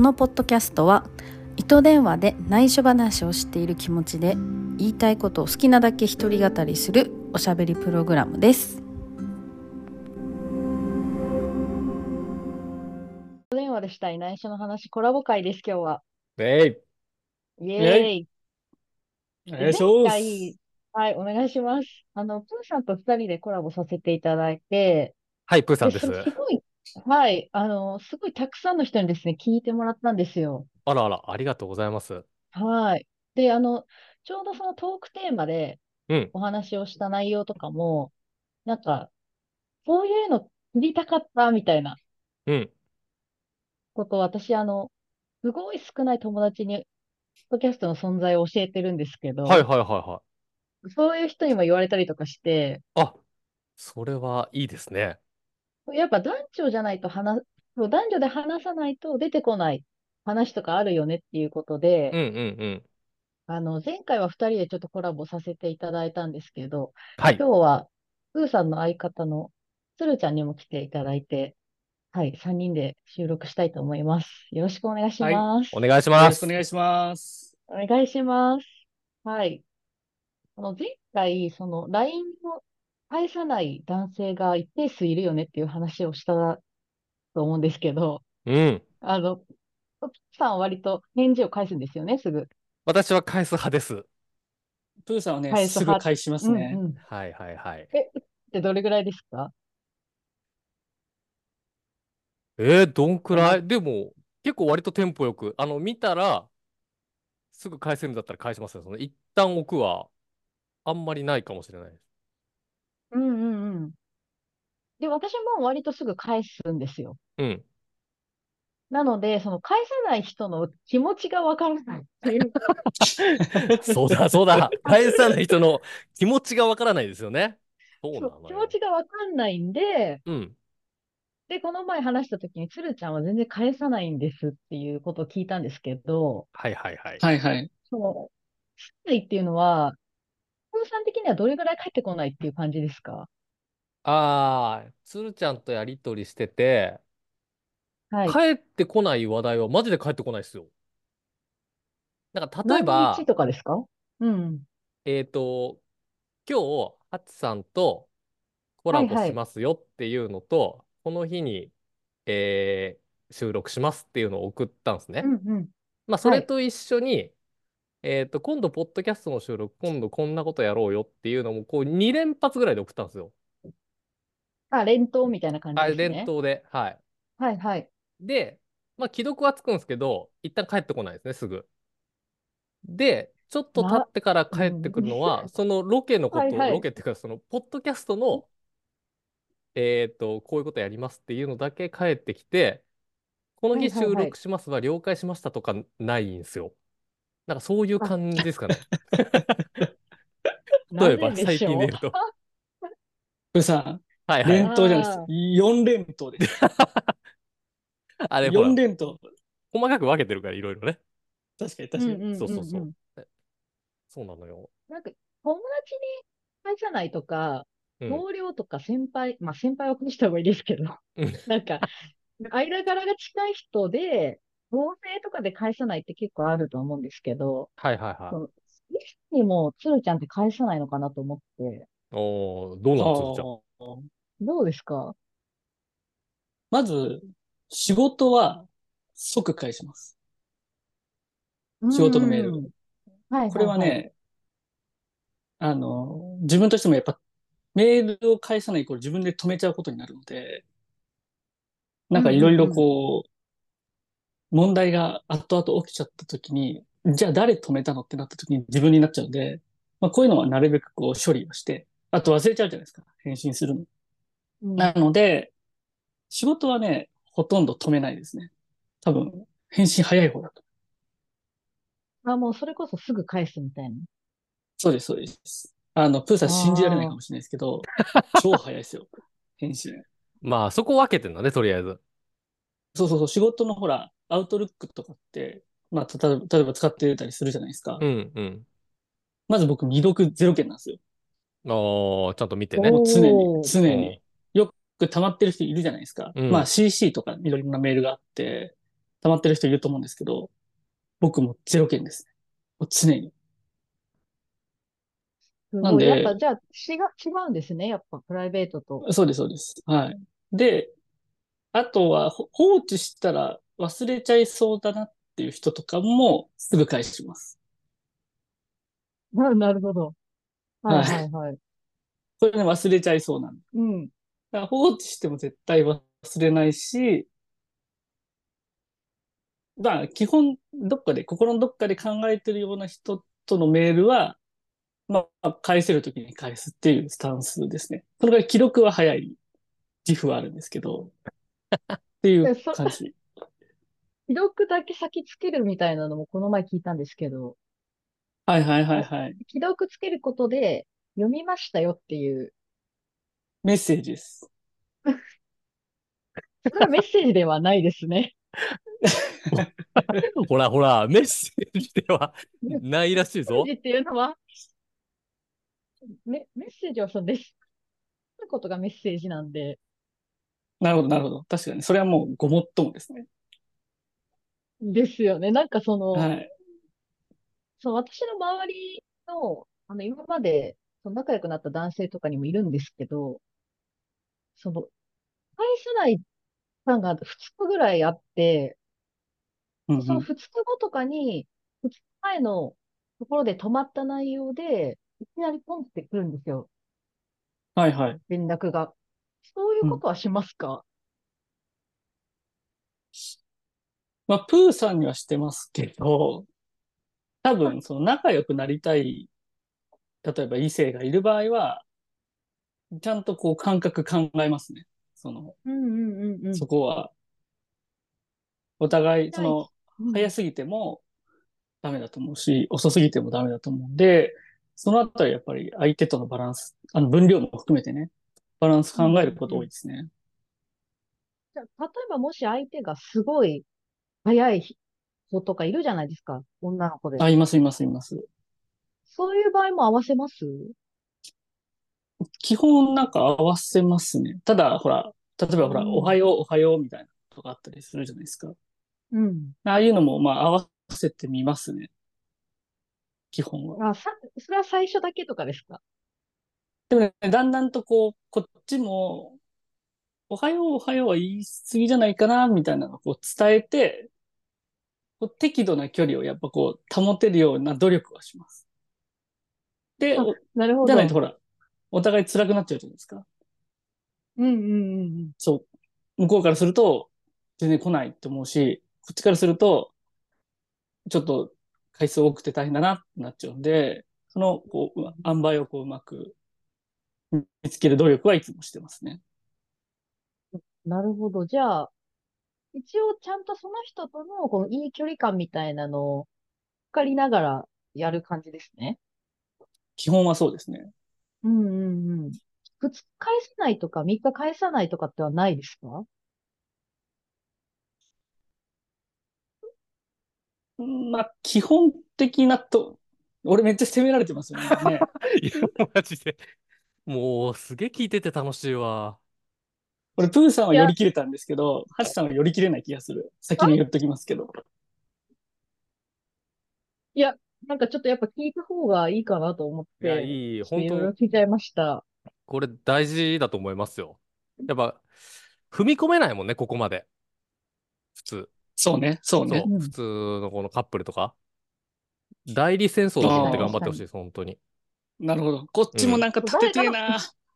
のポッドキャストは糸電話で内緒話をしている気持ちで言いたいことを好きなだけ一人語りするおしゃべりプログラムです。糸電話でしたい内緒の話コラボ会です。今日はイイェイ、 エーイ。前お願いしま回、 す。 はい、お願いします。プーさんと二人でコラボさせていただいて、 はい、プーさで、 んです。 それすごい、はい、すごいたくさんの人にですね、聞いてもらったんですよ。 あらあら、ありがとうございます。 はい。で、ちょうどそのトークテーマでうん、 お話をした内容とかも、なんか、そういうの知りたかったみたいなうん。 ことを私、すごい少ない友達に、ポッドキャストの存在を教えてるんですけど、 はいはいはいはい。 そういう人にも言われたりとかして、 あ、それはいいですね。 やっぱ男女じゃないとそう男女で話さないと出てこない話とかあるよねっていうことで、 うんうんうん。 前回は二人でちょっとコラボさせていただいたんですけど、 はい。 今日は、プーさんの相方のつるちゃんにも来ていただいて、はい、三人で収録したいと思います。よろしくお願いしはい。 ます。 お願いしよろしくおます。 願いします。 お願いします。はい。前回、LINE を返さない男性が一定数いるよねっていう話をしたと思うんですけど、 うん。 プーさんは割と返事を返すんですよね、すぐ。 私は返す派です。 プーさんはね、 返す派。 すぐ返しまうんすね。 うん。 はいはいはい。 ってどれぐらいですか？ どんくあの、 らいでも、結構割とテンポよく、見たら、すぐ返せるんだったら返しますよ。一旦置くは、あんまりないかもしれないです。 うんうんうん。で、私も割とすぐ返すんですよ。 うん。 なので、その返さない人の気持ちがわからないっていう。 そうだそうだ。返さない人の気持ちがわからないですよね。そうそう、 なのよ。 気持ちがわかんないんで、 うん。 で、この前話した時に、つるちゃんは全然返さないんですっていうことを聞いたんですけど、 はいはいはい。 はいはい。 その、返さないっていうのは、プーさん的にはどれぐらい返ってこないっていう感じですか？ つるちゃんとやりとりしてて、 はい。 帰ってこない話題はマジで帰ってこないですよ。なんか例え何日ば、 とかですか？うん。 えっと、今日、ハチさんとコラボはいはい。 しますよっていうのと、この日に、収録しますっていうのを送ったんですね。 うんうん。 まあ、そはい。 れと一緒に、今度、ポッドキャストの収録、今度こんなことやろうよっていうのも、こう、2連発ぐらいで送ったんですよ。 あ、連投みたいな感じあれ、 ですね。 連投で。はい。 はいはい。 で、まあ、既読はつくんですけど、一旦帰ってこないですね、すぐ。で、ちょっと経ってから帰ってうん。 くるのは、そのロケのこと、 はいはい。 ロケっていうか、その、ポッドキャストの、こういうことやりますっていうのだけ帰ってきて、このはい日収はいはい。 録しますは了解しましたとかないんですよ。なんかそういうあ、 感じですかね。例なぜえば、最でしょう？ 近で言うと。 プーさん、 はいはい。 連投じゃないです。 ああ、 4連投です。 あれ、ほ 4 ら、 連投。 細かく分けてるから、いろいろね。 確かにうんう確かに。 そうんうんうん。 そうそう。そうなのよ。 なんか、友達に返さないとか、 うん。 同僚とか先輩、まあ先輩はこにした方がいいですけど、 うん。 なんか、間柄が近い人で、同性とかで返さないって結構あると思うんですけど、 はいはいはその、リスにもつるちゃんって返さないのかなと思って、 い。おー、どうなんつるちゃん。 はあ。 どうですか？ まず、仕事は即返します。 う仕事のメーーん。 ル。 はいこれはいはい。 はね、自分としてもやっぱメールを返さないイコール自分で止めちゃうことになるので、なんかうんいろいろうん問題が後々起きちゃった時に、じゃあ誰止めたのってなった時に自分になっちゃうんで、まあこういうのはなるべくこう処理をして、あと忘れちゃうじゃないですか。返信するの。 うん。うん。 なので、仕事はね、ほとんど止めないですね。多分、返信早い方だと。 あ、もうそれこそすぐ返すみたいな。 そうです、そうです。プーさん信じられないかああ。 もしれないですけど、超早いですよ。返信。 まあ、そこ分けてんだね、とりあえず。 そうそうそう、仕事のほら、アウトルックとかって、まあ、例えば使ってたりするじゃないですか。 うんうん。 まず僕、未読ゼロ件なんですよ。 ちゃんと見てね。 もう常に、 おー。 常に。 おー。 よく溜まってる人いるじゃないですか。まあうん。 CC とかいろいろなメールがあって、 溜まってる人いると思うんですけど、僕もゼロ件ですね。もう常に。 すごい。やっなんで、 ぱ、じゃあ、違うんですね。やっぱ、プライベートと。 そうです、そうです。はい。で、あとは、放置したら忘れちゃいそうだなっていう人とかもすぐ返します。 なるほど。はいはい。 はいはい。 これね、忘れちゃいそうなんで。 うん。 だから放置しても絶対忘れないし、まあ、基本、心のどっかで考えてるような人とのメールは、まあ、返せるときに返すっていうスタンスですね。それから記録は早い自負はあるんですけど、っていうで、 感じ。 既読だけ先つけるみたいなのもこの前聞いたんですけど、 はいはいはいあ、 はい。 既読つけることで読みましたよっていう、 メッセージです。 それはメッセージではないですね。 ほらほら、メッセージではメッないらしいぞ。 セージっていうのは、メッセージはそのレスることがメッセージなんで、 なるほど、なるほど。確かに、それはもうごもっともですね。 ですよね。なんかはい。 私の周りの、今まで、仲良くなった男性とかにもいるんですけど、その、返さない感が2日ぐらいあって、そのうんうん。 2日後とかに、2日前のところで止まった内容で、いきなりポンってくるんですよ。 はいはい。 連絡が。そういううん。 ことはしますか？ まあ、プーさんにはしてますけど、多分、その仲良くなりたい、例えば異性がいる場合は、ちゃんとこう感覚考えますね。 うんうんうんうん。 そこは、お互い、 じゃあ、うん。 早すぎてもダメだと思うし、遅すぎてもダメだと思うんで、そのあたりやっぱり相手とのバランス、分量も含めてね、バランス考うんうえること多いんうん。 ですね。 じゃあ、例えばもし相手がすごい早い子とかいるじゃないですか。女の子で。 あ、います、います、います。 そういう場合も合わせます？ 基本なんか合わせますね。ただ、ほら、例えばほら、おうん。 はよう、おはようみたいなことがあったりするじゃないですか。 うん。 ああいうのも、まあ、合わせてみますね。基本は。 それは最初だけとかですか？ でもね、だんだんとこう、こっちも、おはよう、おはようは言い過ぎじゃないかな、みたいなのをこう伝えて、こう適度な距離をやっぱこう、保てるような努力はします。で、 あ、なるほど。 じゃないとほら、お互い辛くなっちゃうじゃないですか。 うんうんうんうん。 そう。向こうからすると、全然来ないって思うし、こっちからすると、ちょっと回数多くて大変だなってなっちゃうんで、こう、塩梅をこう、うまく見つける努力はいつもしてますね。 なるほど。じゃあ、一応ちゃんとその人とのこのいい距離感みたいなのを測りながらやる感じですね。 基本はそうですね。 うんうんうん。二日返さないとか、三日返さないとかってはないですか？ まあ、基本的なと、俺めっちゃ責められてますよね、今ね。 いや、マジで。もう、すげえ聞いてて楽しいわ。 俺、プーさんはいや、 寄り切れたんですけど、ハチさんは寄り切れない気がする。先に言っあ、 ときますけど。 いや、なんかちょっとやっぱ聞いた方がいいかなと思っいや、 て、 いい。 ちょっといろいろ本当聞いちゃいました。 これ大事だと思いますよ。やっぱ、踏み込めないもんね、ここまで。普通。 そうね、そうね。 そう。普うん。 通のこのカップルとか。代理戦争だと思って確かに確かに。 頑張ってほしいです、本当に。 なるほど。こっちもうん。 なんか立て誰かの、 てえな。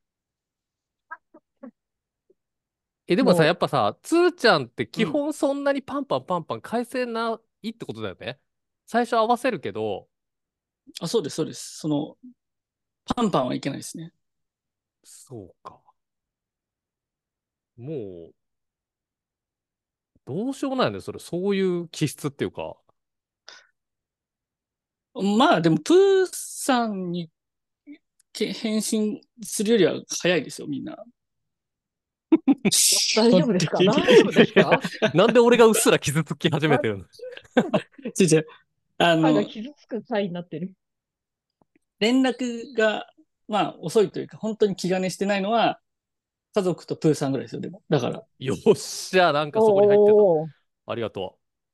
でもさ、やもっぱさ、つーちゃんって基うん。 本そんなにパンパンパンパン返せないってことだよね。最初合わせるけど、 あ、そうです、そうです。パンパンはいけないですね。 そうか。もう、どうしようもないよね、それ。そういう気質っていうか。 まあ、でも、プーさんに返信するよりは早いですよ、みんな。基大丈本夫ですか？ 的に。 大丈夫ですか？ なんで俺がうっすら傷つき始めあ、 てるの？ 違う、あ歯がの、 傷つく回になってる。 連絡が、まあ、遅いというか、本当に気兼ねしてないのは、家族とプーさんぐらいですよ、でも。だから。 よっしゃ、なんかそこに入ってた。 おーおーおー。 ありがと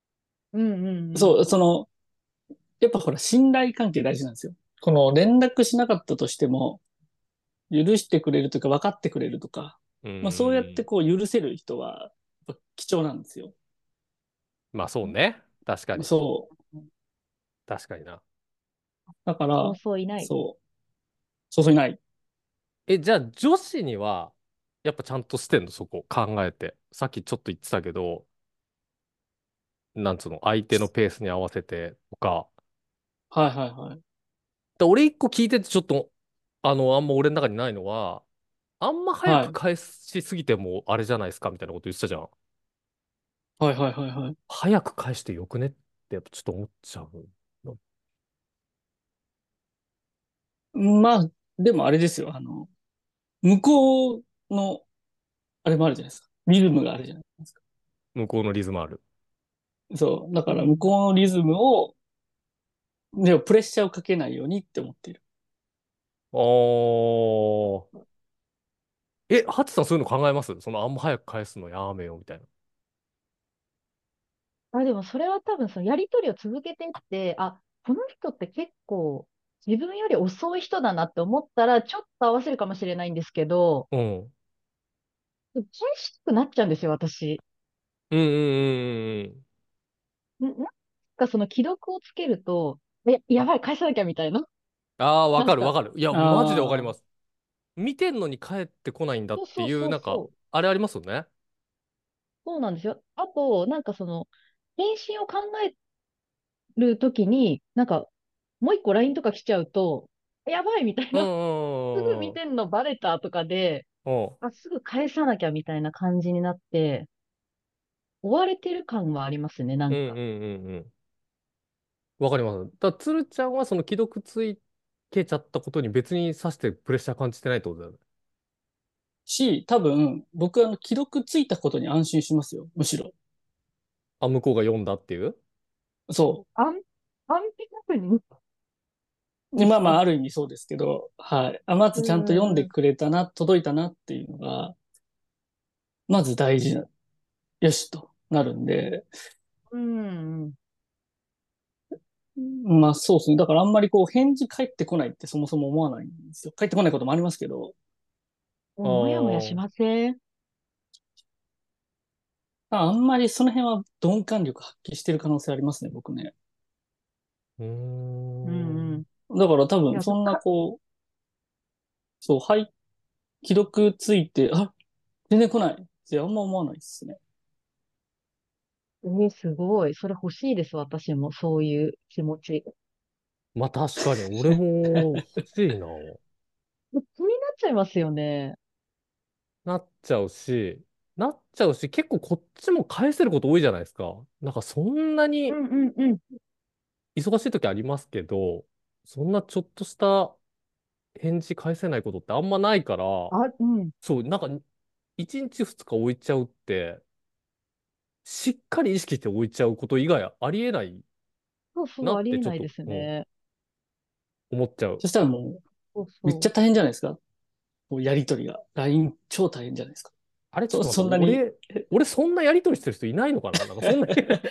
うんうんうん。 そう、やっぱほら、信頼関係大事なんですよ。この連絡しなかったとしても、許してくれるというか、分かってくれるとか、 うまあそうやってん。 こう許せる人は、やっぱ貴重なんですよ。 まあそうね。確かに。 そう。 確かにな。 だかそうら、 そういない。 そう、そうそういない。 じゃあ女子には、やっぱちゃんとしてんの、そこ考えて。さっきちょっと言ってたけど、なんつうの、相手のペースに合わせてとか。 はいはいはい。 俺一個聞いててちょっと、あんま俺の中にないのは、あんま早はい。 く返しすぎてもあれじゃないですかみたいなこと言ってたじゃん。 はいはいはいはい。 早く返してよくねってやっぱちょっと思っちゃうの。 まあ、でもあれですよ。向こうの、あれもあるじゃないですか。リズムがあるじゃないですか。 向こうのリズムある。 そう。だから向うん。 こうのリズムを、でもプレッシャーをかけないようにって思っている。 おー。ハチさんそういうの考えます？あんま早く返すのやめようみたいな。 あ、でもそれは多分そのやりとりを続けていって、あ、この人って結構自分より遅い人だなって思ったら、ちょっと合わせるかもしれないんですけど、 うん。 返したくなっちゃうんですよ、私。 うんうんうんうんうん。 なんかその既読をつけると、やばい、返さなきゃみたいな。 ああ、わなんか、 かるわかる。いや、マジでわかりああ、 ます。見てんのに帰ってこないんだっていう、 そうそうそうなんか、 そう。 あれありますよね。 そうなんですよ。あと、返信を考えるときに、もう一個 LINE とか来ちゃうと、やばいみたいうんな。すぐうんうん見てんのバレたとかで、 うん。 あ、すぐ返さなきゃみたいな感じになって、追われてる感はありますね、なんか。 うんうんうんうん。わかります。つるちゃんはその既読ついけちゃったことに別にさしてプレッシャー感じてないってことだよね。 多分、僕は既読ついたことに安心しますよ。むしろ。 あ、向こうが読んだっていう。 そ安安否確認う。でまあまあ、ある意味そうですけど、はい。あ、まうずちゃんと読んでん、 くれたな、届いたなっていうのが、まず大事な、よしとなるんで、 うん、 まあそうですね。だからあんまりこう返事返ってこないってそもそも思わないんですよ。返ってこないこともありますけど、 あもやもやしあ。 ません？ あんまりその辺は鈍感力発揮してる可能性ありますね、僕ね。 うーうんうん。 ん。 だから多いや、 分そんなこう、そう、はい、既読ついて、あ、全然来ないってあんま思わないですね。 すごい。それ欲しいです、私も。そういう気持ち。 まあ確かに俺も欲しいな。 気になっちゃいますよね。 なっちゃうし、結構こっちも返せること多いじゃないですか。なんかそんなにうんうんうん。 忙しい時ありますけど、そんなちょっとした返事返せないことってあんまないから、 うん。 そう、なんか1日2日置いちゃうって、しっかり意識して置いちゃうこと以外ありえないそうそう、 なあってちょっと、 りえないですね。 思っちゃう。 そしたらもう、 そうそめっちゃ大変じゃないですか。こうやりとりが。LINE 超大変じゃないですか。 あれちょっと待って、 そんなに。 俺そんなやりとりしてる人いないのかな。なんかそんな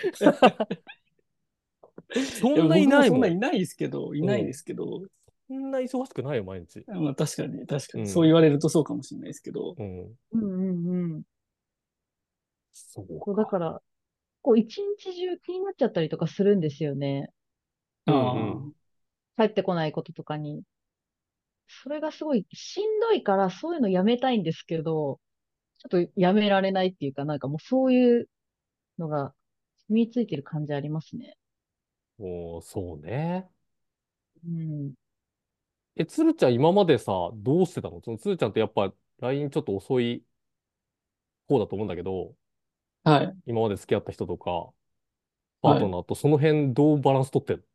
そいや、 んない僕もないもそんないないですけど、いん。 ないうん。 ですけど、 そんな忙しくないよ、毎日。 まあ確かに、確かに。そううん。 言われるとそうかもしれないですけど。 うん。 う。うんうんうん。そう、だそうか。 から、一日中気になっちゃったりとかするんですよね。 うんうあん。 帰ってこないこととかに。それがすごいしんどいから、そういうのやめたいんですけど、ちょっとやめられないっていうか、もうそういうのが染みついてる感じありますね。 もう、そうね。 うん。 つるちゃん今までさ、どうしてたの？つるちゃんってやっぱ LINE ちょっと遅い方だと思うんだけど、 あ、はい、 今まで付き合った人とか、パーはい。 トナーとその辺どうバランス取ってる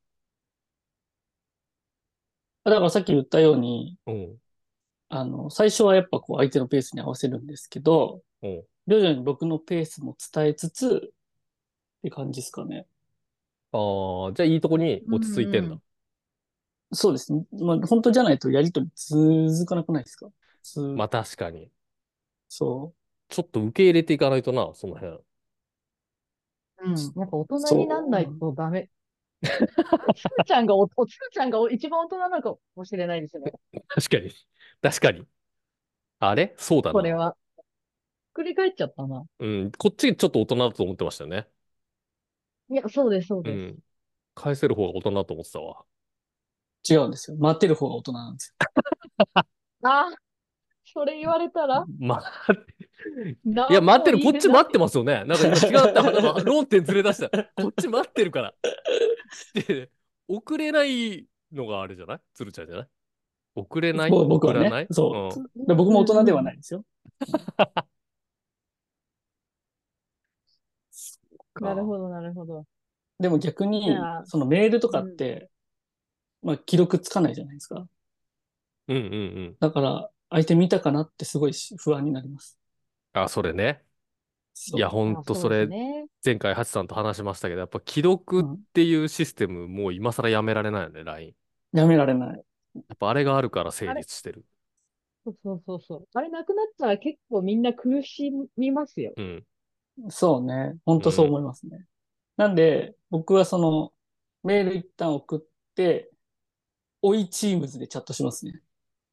だからさっき言ったように、 の？うん。 最初はやっぱこう相手のペースに合わせるんですけど、 うん。 徐々に僕のペースも伝えつつって感じですかね。 ああ、じゃあいいとこにう落ち着いてんだ。 んうん。 そうですね。まあ本当じゃないとやりとり続かなくないですか？ まあ確かに。 そちょっと受け入れていかないとな、その辺。 ううん。やっぱ大人になんないそとダメ。つるちゃんがつるちゃんが一番大人なのかもしれないですね。 確かに。確かに。あれそうだな。 これは。繰り返っちゃったな。 うん。こっちちょっと大人だと思ってましたよね。 いや、そうです、そうです。 うん。返せる方が大人だと思ってたわ。 う。違うんですよ。待ってる方が大人なんですああ、それ言われたら、 まあ、いや、 何も待ってる、こっち待って言えない。 ますよね。なんか今違った。なんか論点ずれ出した。こっち待ってるから。で、遅れないのがあれじゃない鶴ちゃんじゃない遅れないよ。僕はね。 送らないうそん。 う。で僕うん、 も大人でうん。 はないですよ。うん、 か。 なるほど、なるほど。 でも逆に、 じゃあ、 そのメールとかっうん。 て、まあ既読つかないじゃないですか。 うんうんうん。 だから、相手見たかなってすごい不安になります。 あ、それね。いや、 そほんあ、そうですとそれ、 ね。 前回ハチさんと話しましたけど、やっぱ既読う。 っうん。 ていうシステム、もう今更やめられないよね、LINE。 やめられない。 やっぱあれがあるから成あれ、 立してる。 そうそうそうそう。あれなくなったら結構みんな苦しみますよ。 うん。 そうね。本当そううん。 思いますね。なんで、僕はその、メール一旦送って、追いチームズでチャットしますね。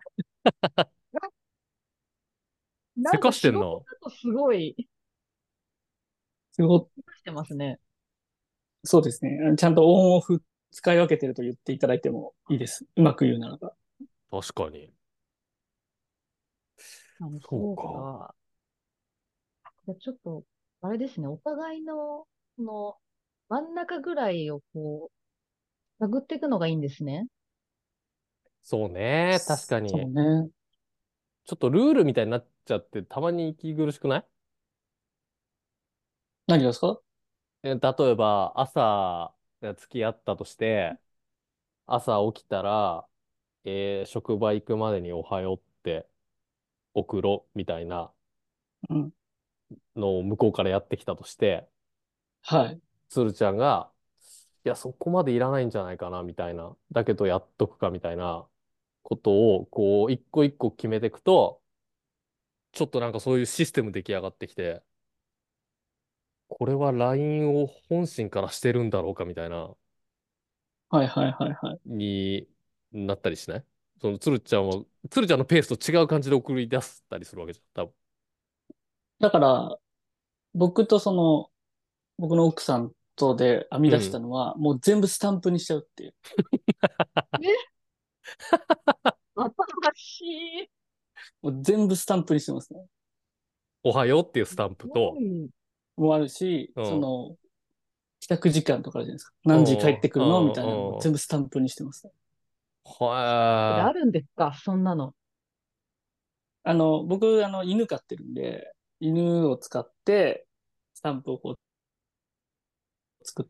せなんか仕事かしてんな。 だとすごい、 すご、 してますね。 そうですね。ちゃんとオンオフ使い分けてると言っていただいてもいいです。うまく言うならば。 確かに。 そうそうか。 か。じゃあちょっと、あれですね、お互いの、この、真ん中ぐらいをこう、探っていくのがいいんですね。 そうね。確かに。 そうね。 ちょっとルールみたいになっちゃって、たまに息苦しくない何がですか？ 例えば、朝付き合ったとして、朝起きたら、職場行くまでにおはようって送ろみたいなうん。 のを向こうからやってきたとして、 はい。 つるちゃんが、いや、そこまでいらないんじゃないかな、みたいな。だけどやっとくか、みたいなことを、こう、一個一個決めていくと、ちょっとなんかそういうシステム出来上がってきて、これは LINE を本心からしてるんだろうか、みたいな、 はいはいはいはい。 になったりしないその、つるちゃんのペースと違う感じで送り出したりするわけじゃん、多分。 だから、僕とその、僕の奥さんとで編み出したうん。 のは、もう全部スタンプにしちゃうっていう。 え、新しい。 もう全部スタンプにしてますね。 おはようっていうスタンプすごと、 い。 もうあるし、 うん。 その、帰宅時間とかあるじゃないですか。 うん、 何時帰ってくうるのみたいなのもん、うん。 全部スタンプにしてますね。 はあるんですか、そんなの。 僕、犬飼ってるんで、犬を使って、スタンプをこう作って、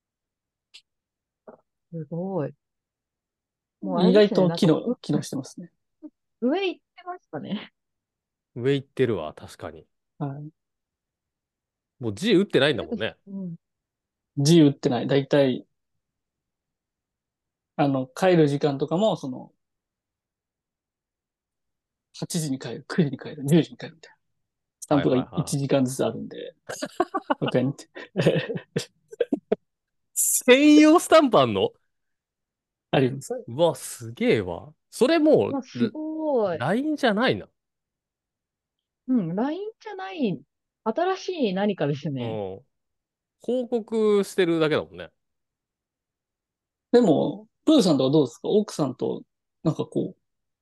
すごい。もうあれ意外ですね、 と機能してますね。 上行ってましたね。 い。上行ってるわ、確かに。 はい。 もう字打ってないんだなんか、 もんね。 うん。 字打ってない。だいたい、帰る時間とかも、その、8時に帰る、9時に帰る、10時に帰るみたいな。スタンはいプが1 はいはい。 時間ずつあるんで、わかんって。 専用スタンプあんのあります。 うわ、すげえわ。それもまあ、 う、 すごい。 LINE じゃないな。 うん、LINE じゃない、新しい何かですね。 うん。報告してるだけだもんね。 でも、プーさんとはどうですか？奥さんと、なんかこう、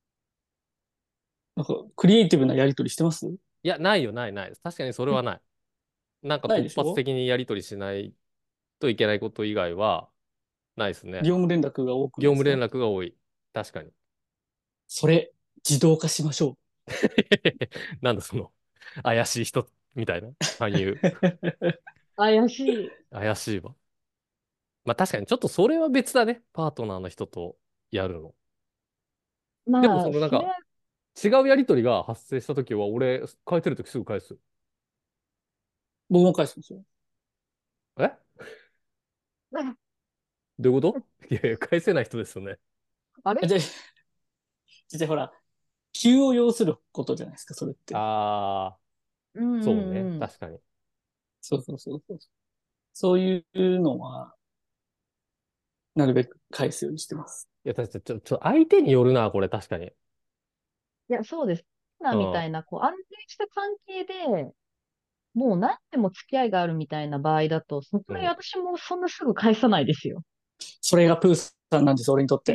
なんか、クリエイティブなやりとりしてます？ いや、ないよ、ないない。確かにそれはない。なんか突ないでしょ？ 発的にやり取りしないといけないこと以外は、ないですね。 業務連絡が多くない業務連ですか？ 絡が多い。確かに。 それ、自動化しましょなんだその、怪しい人みたいな。勧誘。 う。 怪しい。 怪しいわ。まあ確かにちょっとそれは別だね。パートナーの人とやるの。でもまあ、 そのなんか、 それは、 違うやりとりが発生したときは、俺、返せるときすぐ返す。 僕も返すんですよ。 えあどういうこといやいや、返せない人ですよね。 あれ、 じゃあほら、急を要することじゃないですか、それって。 ああ、 うんうそうね。 んうん。 確かに。 そうそうそうそう。 そういうのは、なるべく返すようにしてます。 いや、確かに相手によるな、これ確かに。 いや、そうです。今うん。 みたいな、安定した関係で、もう何でも付き合いがあるみたいな場合だと、そこでうん。 私もそんなすぐ返さないですよ。 それがプーさんなんです、俺にとって。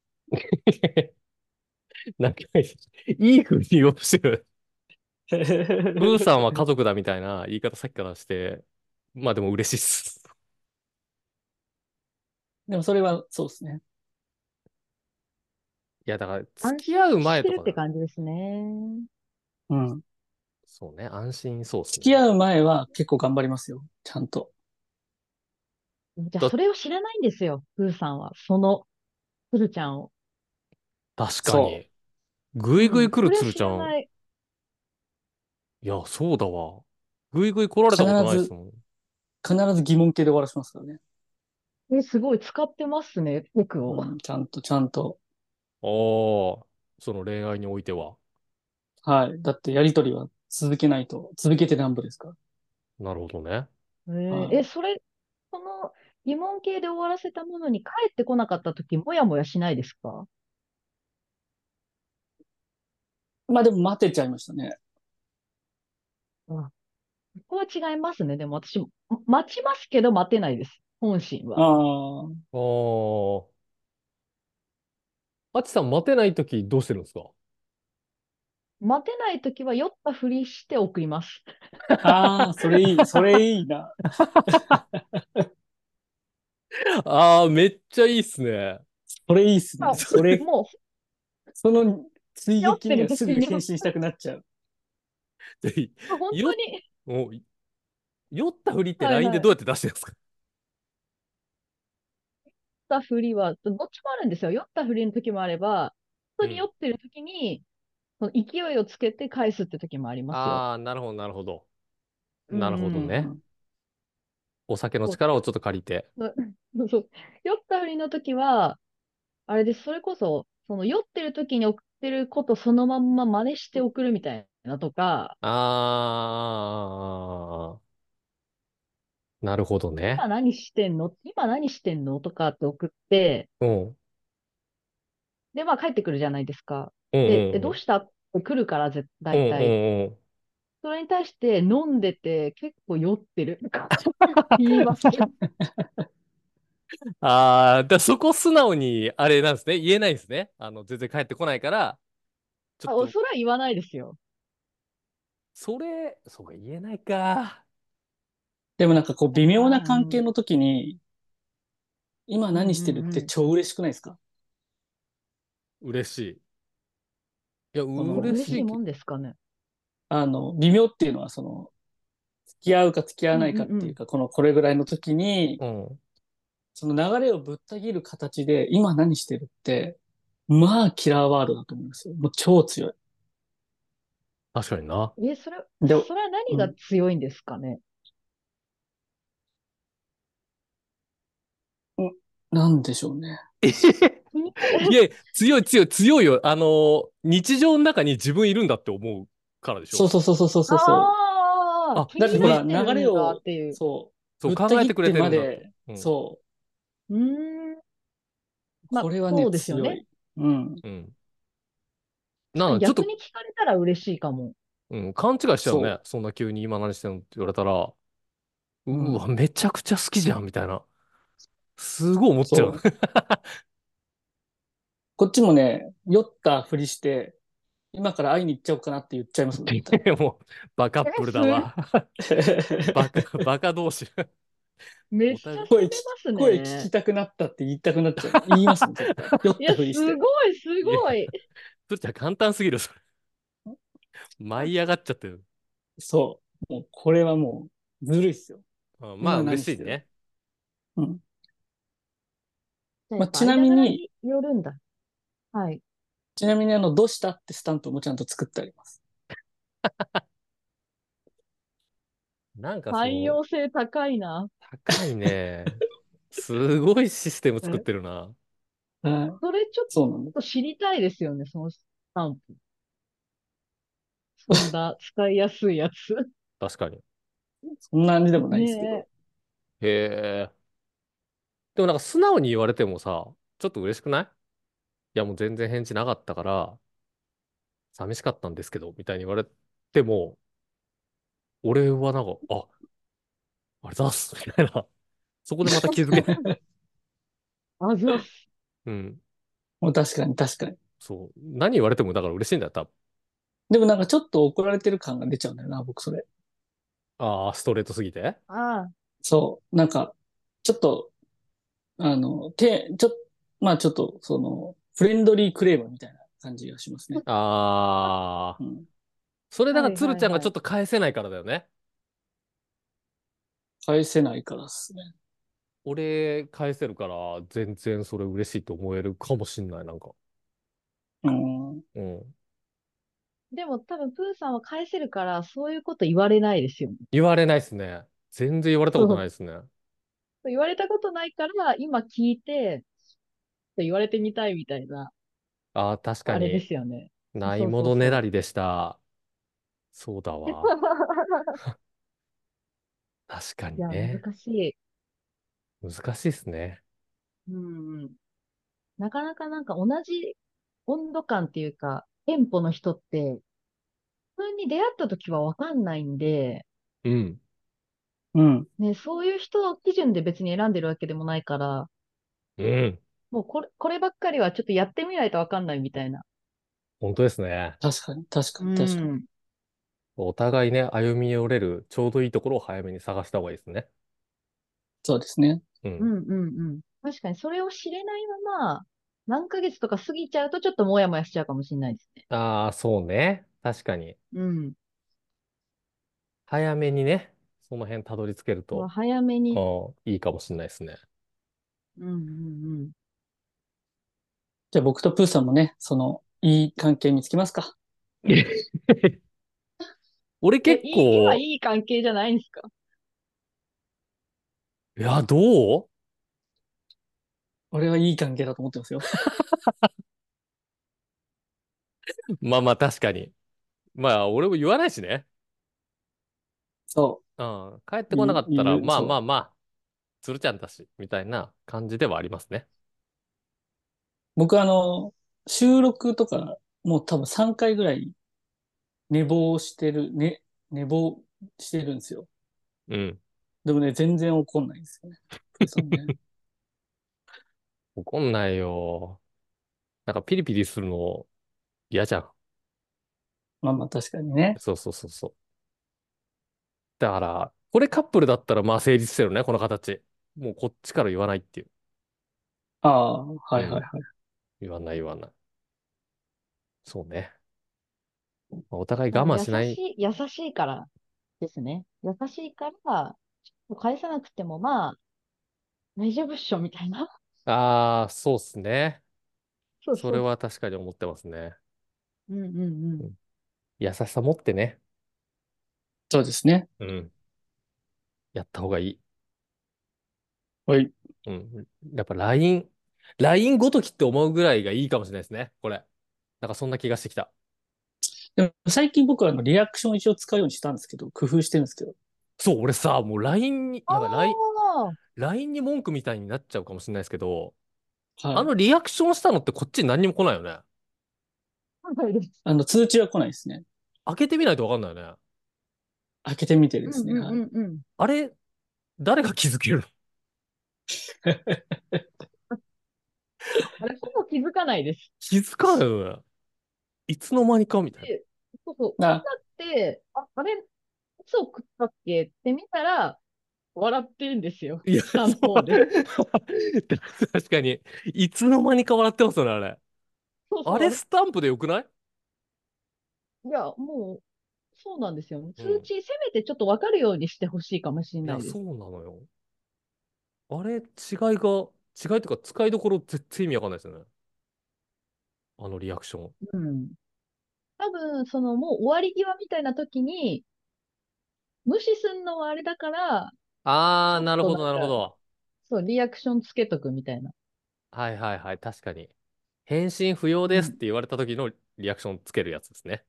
なんか、いい風に言おうとしてる。プーさんは家族だみたいな言い方さっきからして、まあでも嬉しいっす。 でもそれはそうですね。 いや、だから、付安き合う心してるって前とかな。 感じですね。 うん。 そうね、安心そうっすね。 付き合う前は結構頑張りますよ。ちゃんと。 じゃあ、 だ、 それを知らないんですよ、プーさんは。つるちゃんを。 確かそに。ぐいうん。 ぐい来るそれをつるちゃん。 知らない。 いや、そうだわ。ぐいぐい来られた必ことないですず、 もん。 必ず疑問形で終わらせますからね。 すごい使ってますね、テクを。 うん、ちゃんと、ちゃんと。 ああ、その恋愛においては。 はい。だってやりとりは続けないと、続けてなんぼですかなるほどね。 ら。はい。 その疑問形で終わらせたものに帰ってこなかったとき、もやもやしないですか？ まあでも待てちゃいましたね。 あ、ここは違いますね。でも私も、待ちますけど待てないです。本心あは。 あ。 ああ、あちさん待てないときどうしてるんですか？ 待てないときは酔ったふりして送ります。 ああ、それいい、それいいな。 ああ、めっちゃいいっすね。 それいいっすね。 あ、 それ、 もう、 その追酔ってる撃にはすぐ時に、 返信したくなっちゃう。 で本当よ、 に、 もう酔ったふりってはい LINE ではい。 どうやって出してるんですか？ 酔ったふりは、どっちもあるんですよ。酔ったふりの時もあれば、本当に酔うん。 ってる時に、その勢いをつけて返すって時もありますよ。 ああ、なるほど、なるほど。 うんなるほうどね。 んうん。 お酒のそう酔っ力をちょっと借りて。 そう酔ったふりの時は、あれです。それこそ、その酔ってる時に送ってることそのまんま真似して送るみたいなとか、 ああ、なるほどね。 今何してんのとかって送って、 うん。 で、まあ帰ってくるじゃないですか。 うんで、 うんうん。 どうしたって来るからうんう大体。 んうん。 それに対して飲んでて結構酔ってるとか言います。 ああ、そこ素直に、あれなんですね。言えないんですね。全然帰ってこないから、ちょっあ、 と、 それは言わないですよ。 そうか、言えないか。 でもなんかこう微妙なあー、うん、 関係の時に、今うん、 何してるっうん。 て超嬉しくないですか？ 嬉しい。いや、 この、 嬉しいけ。 嬉しいもんですかね。 微妙っていうのは付き合うか付き合うん、 わないうん、うん。 かっていうか、これぐらいの時に、 うん。 その流れをぶった切る形で、今何してるって、まあキラーワードだと思いますよ。もう超強い。 確かにな。 で、 それは何がうん、 強いんですかね。 うんなんでしょうね。 いや、強い強い強いよ。日常の中に自分いるんだって思うからでしょ？ そうそうそうそうそうそう。 ああ、 あ、 気になっだってほら、 てる流れんだっを、 ていう。 ぶったそう考えてくれ切っててるんだって。 まで、 うん。 うーん。まあ、 これはね、 そうですよね。 強い。うん。 うん。 確かにちょっと、 逆に聞かれたら嬉しいかも。 うん、勘違いしちゃうね。 そそんな急に今何してんのって言われたら、 う。ううわ、 ん。 めちゃくちゃ好きじゃん、みたいな。すごい思っちゃう。 そう。こっちもね、酔ったふりして、今から会いに行っちゃおうかなって言っちゃいますもん、絶対。 もう、バカップルだす、 わ。バカ同士。 めっちゃお互い、 声聞き、 攻めます声聞きね。 たくなったって言いたくなっちゃう。言いますもん、絶対。酔っいや、 たふりして。 すごい。 それじゃ簡単すぎる。それ舞い上がっちゃってる。 そう。もう、これはもう、ずるいっすよ。 うん、まあ、 今何してる？ 嬉しいね。 うん。まあ、 じゃあやっぱちなみに、 間柄によるんだ。はい。 どうしたってスタンプもちゃんと作ってあります。 なんか汎用性高いな。 高いね。すごいシステム作っはいてるな。 はい。 それちょっそうなんです。 と知りたいですよね、そのスタンプ。そんな使いやすいやつ。 そんな感じでもないんですけど。 ねえ。 へえ。でもなんか素直に言われてもさ、ちょっと嬉しくない？いやもう全然返事なかったから、寂しかったんですけど、みたいに言われても、俺はなんか、あれだっす、みたいな。そこでまた気づけない。 あざっす。 うん。 もう確かに確かに。 そう。何言われてもだから嬉しいんだよ、多分。 でもなんかちょっと怒られてる感が出ちゃうんだよな、僕それ。 ああ、ストレートすぎて。 あそう。なんか、ちょっと、ちょっと、まあちょっと、フレンドリークレームみたいな感じがしますね。 ああ、 うん。 それあ、はいだから鶴ちゃんがはいはい。 ちょっと返せないからだよね。 返せないからっすね。 俺返せるから全然それ嬉しいと思えるかもしんない、なんか。 うん。 うん。 でも多分プーさんは返せるから、そういうこと言われないですよね。 言われないっすね。全然言われたことないそう。 ですね。 言われたことないから、今聞いて、言われてみたいみたいな、 ああ、確かあれでに。 すよね。 ないそうものねだそうそりでした。そうだう。 わ。確かいや、難にね。 しい。 難しいっすね。 うんうん。なかなかなんか同じ温度感っていうか、テンポの人って、普通に出会った時はわかんないんで、 うん。 うん。 ね、そういう人を基準で別に選んでるわけでもないから、 うん。 もうこればっかりはちょっとやってみないとわかんないみたいな。 本当ですね。 確かに、確かうに、確かに。 ん。 お互いね、歩み寄れるちょうどいいところを早めに探した方がいいですね。 そうですね。 うん。 うんうんうん。確かにそれを知れないまま、何ヶ月とか過ぎちゃうとちょっともやもやしちゃうかもしれないですね。 ああ、そうね。確かに。 うん。 早めにね、その辺たどり着けると、 早めに。 いいかもしれないですね。 うんうんうん。 じゃあ僕とプーさんもね、いい関係見つけますか。 俺え、 結今構、 いい関係じゃないんですか？ いや、どう？ 俺はいい関係だと思ってますよ。 まあまあ確かに。まあ俺も言わないしね。 そうん。帰ってう。 こなかったら、まあまそう。 あまあ、鶴ちゃんだし、みたいな感じではありますね。 僕収録とか、もう多分3回ぐらい寝坊してるんですよ。 うん。 でもね、全然怒んないんですよね。プーさんね。 怒んないよ。なんかピリピリするの嫌じゃん。 まあまあ確かにね。 そうそうそうそう。だから、これカップルだったらまあ成立してるね、この形。もうこっちから言わないっていう。 ああ、はうん。 いはいはい。 言わない言わない。そうね。まあお互い我まあ、 慢しない。 優しいからですね。優しいから、返さなくてもまあ、大丈夫っしょ、みたいな。 ああ、そうっすね。 そうそうそそれは確かに思ってますね。 う。うんうんうん。 うん。優しさ持ってね。 そうですね。 うん。やった方がいい。 はい。 うん。やっぱ LINE ごときって思うぐらいがいいかもしれないですね。これ。なんかそんな気がしてきた。 でも最近僕はリアクション一応使うようにしたんですけど、工夫してるんですけど。 そう、俺さ、もう LINE に、 あやばい、 あ、 LINE に文句みたいになっちゃうかもしれないですけど、 はい。 あのリアクションしたのってこっちに何にも来ないよね。 はいです。 通知は来ないですね。 開けてみないとわかんないよね。 開けてみてですね。 うんうんはい。 うんうん。 あれ、誰が気づけるの？ あれ、ほぼ気づかないです。 気づかないよね。いつの間にかみたいな。 で、そうそう。 あ、 だって、あれ、いつ送ったっけって見たら、笑ってるんですよ。 いや、 下のそう。 方で。 確かに。いつの間にか笑ってますよね、あれ。あれそうそスタンプでよくない？ う。いや、もう、そうなんですよね。 うん。 通知、せめてちょっとわかるようにしてほしいかもしれいや、 ないです。 そうなのよ。あれ、違いというか使いどころ絶対意味わかんないですよね。あのリアクション。 うん。多分、もう終わり際みたいな時に、無視すんのはあれだから、 あー、 ちょっなるほど、 となんか、 なるほど。 そう、リアクションつけとくみたいな。 はいはいはい、確かに。返信不要うん。 ですって言われた時のリアクションつけるやつですね。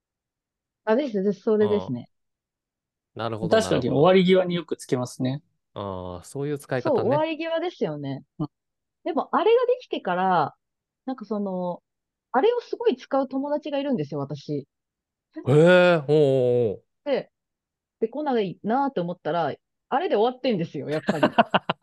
あ、です、そうん。 れですね。 なるほど、 確かに終なるほど。 わり際によくつけますね。 ああ、そういう使いそう、終わ方ね。 り際ですよね。 うんでも、あれができてから、あれをすごい使う友達がいるんですよ、私。 へえ、おうおうおう。 で、来ないなって思ったら、あれで終わってんですよ、やっぱり。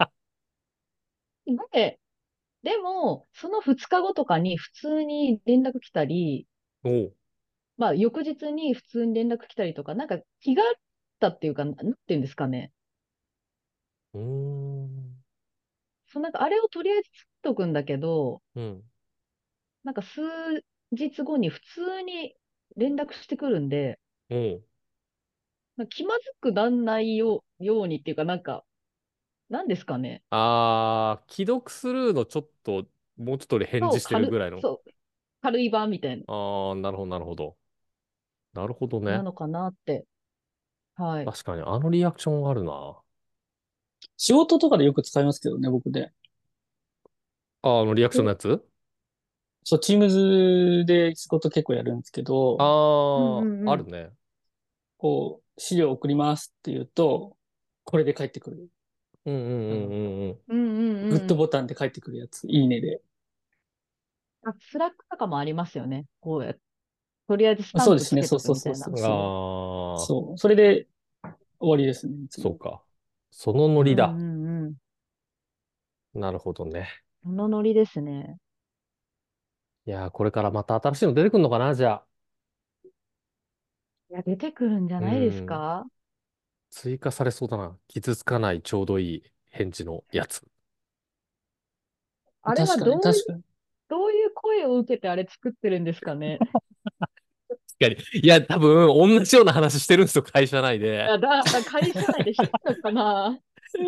で、でも、その2日後とかに普通に連絡来たり、 おう。 まあ、翌日に普通に連絡来たりとか、なんか気があったっていうか、なんていうんですかね。 うーん。 なんかあれをとりあえず作っとくんだけど、 うん。 なんか数日後に普通に連絡してくるんで、 おう。 なんか気まずくなんないようにっていうか、なんか、なんですかね。 ああ、既読スルーのちょっと、もうちょっとで返事してるぐらいの。 軽い版みたいああ、なるほど、なるほど。なるほどね。 なのかなって。はい。 確かに、あのリアクションあるな。 仕事とかでよく使いますけどね、僕で。 あ、あのリアクションのお、 やつ。 そう、Teams で仕事結構やるんですけど、 うんうああ、 んうん。 あるね。 こう、資料送りますって言うと、これで返ってくる。 うんうんうんあの、 うんうん。 うんうんグッドうん。 ボタンで返ってくるやつ、いいねで。 スラックとかもありますよね。こうやってとりあえずスタそうですね、 ンプつけそうとくみたいな。 そうそうそうそう。 ああ、 そう。それで終わりですね、いつも。 そうか。そのノうんリだ。 うんうん。 なるほどね。 そのノリですね。 いやー、これからまた新しいの出てくるのかな、じゃあ。 いや、出てくるんじゃうないですん。 か？ 追加されそうだな。傷つかないちょうどいい返事のやつ。 あれは確かに、確かに。 どういう声を受けてあれ作ってるんですかね。 確かに。いや、多分、同じような話してるんですよ、会社内で。 会社内でしてたのかな？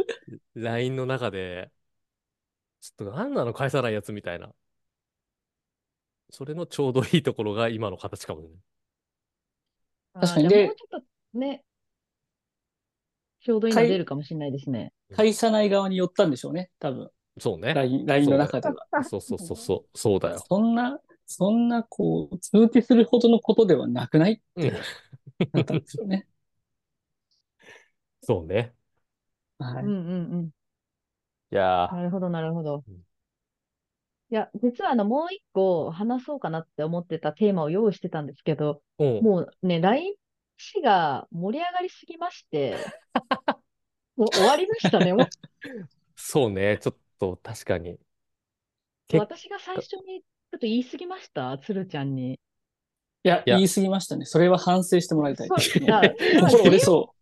LINE の中で、ちょっと何なの返さないやつみたいな。それのちょうどいいところが今の形かもね。 じ確かに。で、 ゃあもうちょっとね、ちょうどいいの出会、 るかもしれないですね。 うん。 会社内側に寄ったんでしょうね、多分。 そうね。 LINE のそうだよ。 中では。 そうそうそうそう。そうだよ。 そんな、こう、通知するほどのことではなくないっうん。 てなったんですよね。 そうね。 はい。 うんうんうん。 いやなるほど、なるほど。 ー、うん。 いや、実はもう一個話そうかなって思ってたテーマを用意してたんですけど、 うん。 もうね、LINE 誌が盛り上がりすぎまして、もう終わりましたね。もそうね。ちょっと確かに。 う結私が最果、 初にちょっと言い過ぎました、つるちゃんに。 いや、 いや、 言い過ぎましたね。それは反省してもらいたい。もう、 それは心折れ自由、 そ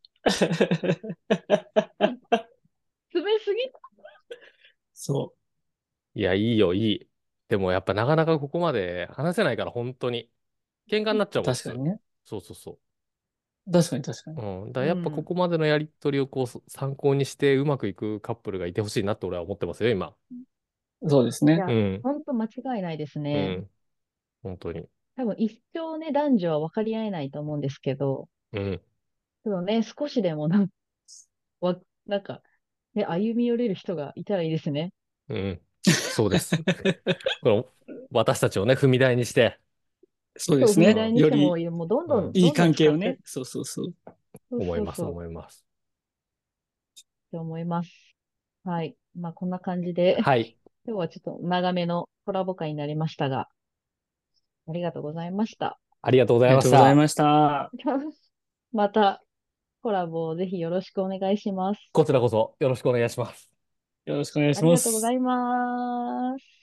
詰めすぎ。 う。そいや、いいよ、いい。でもやっぱなかなかここまで話せないから、本当に。喧嘩になっちゃうう。 もん、普通。 確かにね。 そうそうそ確かに確かう。 に。 うん。だからやっぱこうん。 こまでのやりとりをこう参考にしてうまくいくカップルがいてほしいなって俺は思ってますよ、今。 そうですね。 いや、 うん。 ほんと間違いないですね。 うん。本当に。 多分一生ね、男女は分かり合えないと思うんですけど、 うん。 けどね、少しでもわ、なんか、ね、歩み寄れる人がいたらいいですね。 うん。そうです。この私たちをね、踏み台にして。 そう、 そうですね。 踏み台うん。 にしても、 よりもうどんどん、 うん。 いいどんどん関係をね。 使って、 そうそうそう。 そう思います、 そうそう、っ思います。 て思います。はい。まあ、こんな感じで、 はい。 今日はちょっと長めのコラボ会になりましたが、ありがとうございました。 ありがとうござありがいました。 とうございました。 またコラボをぜひよろしくお願いします。 こちらこそよろしくお願いします。 よろしくお願いありします。 がとうございます。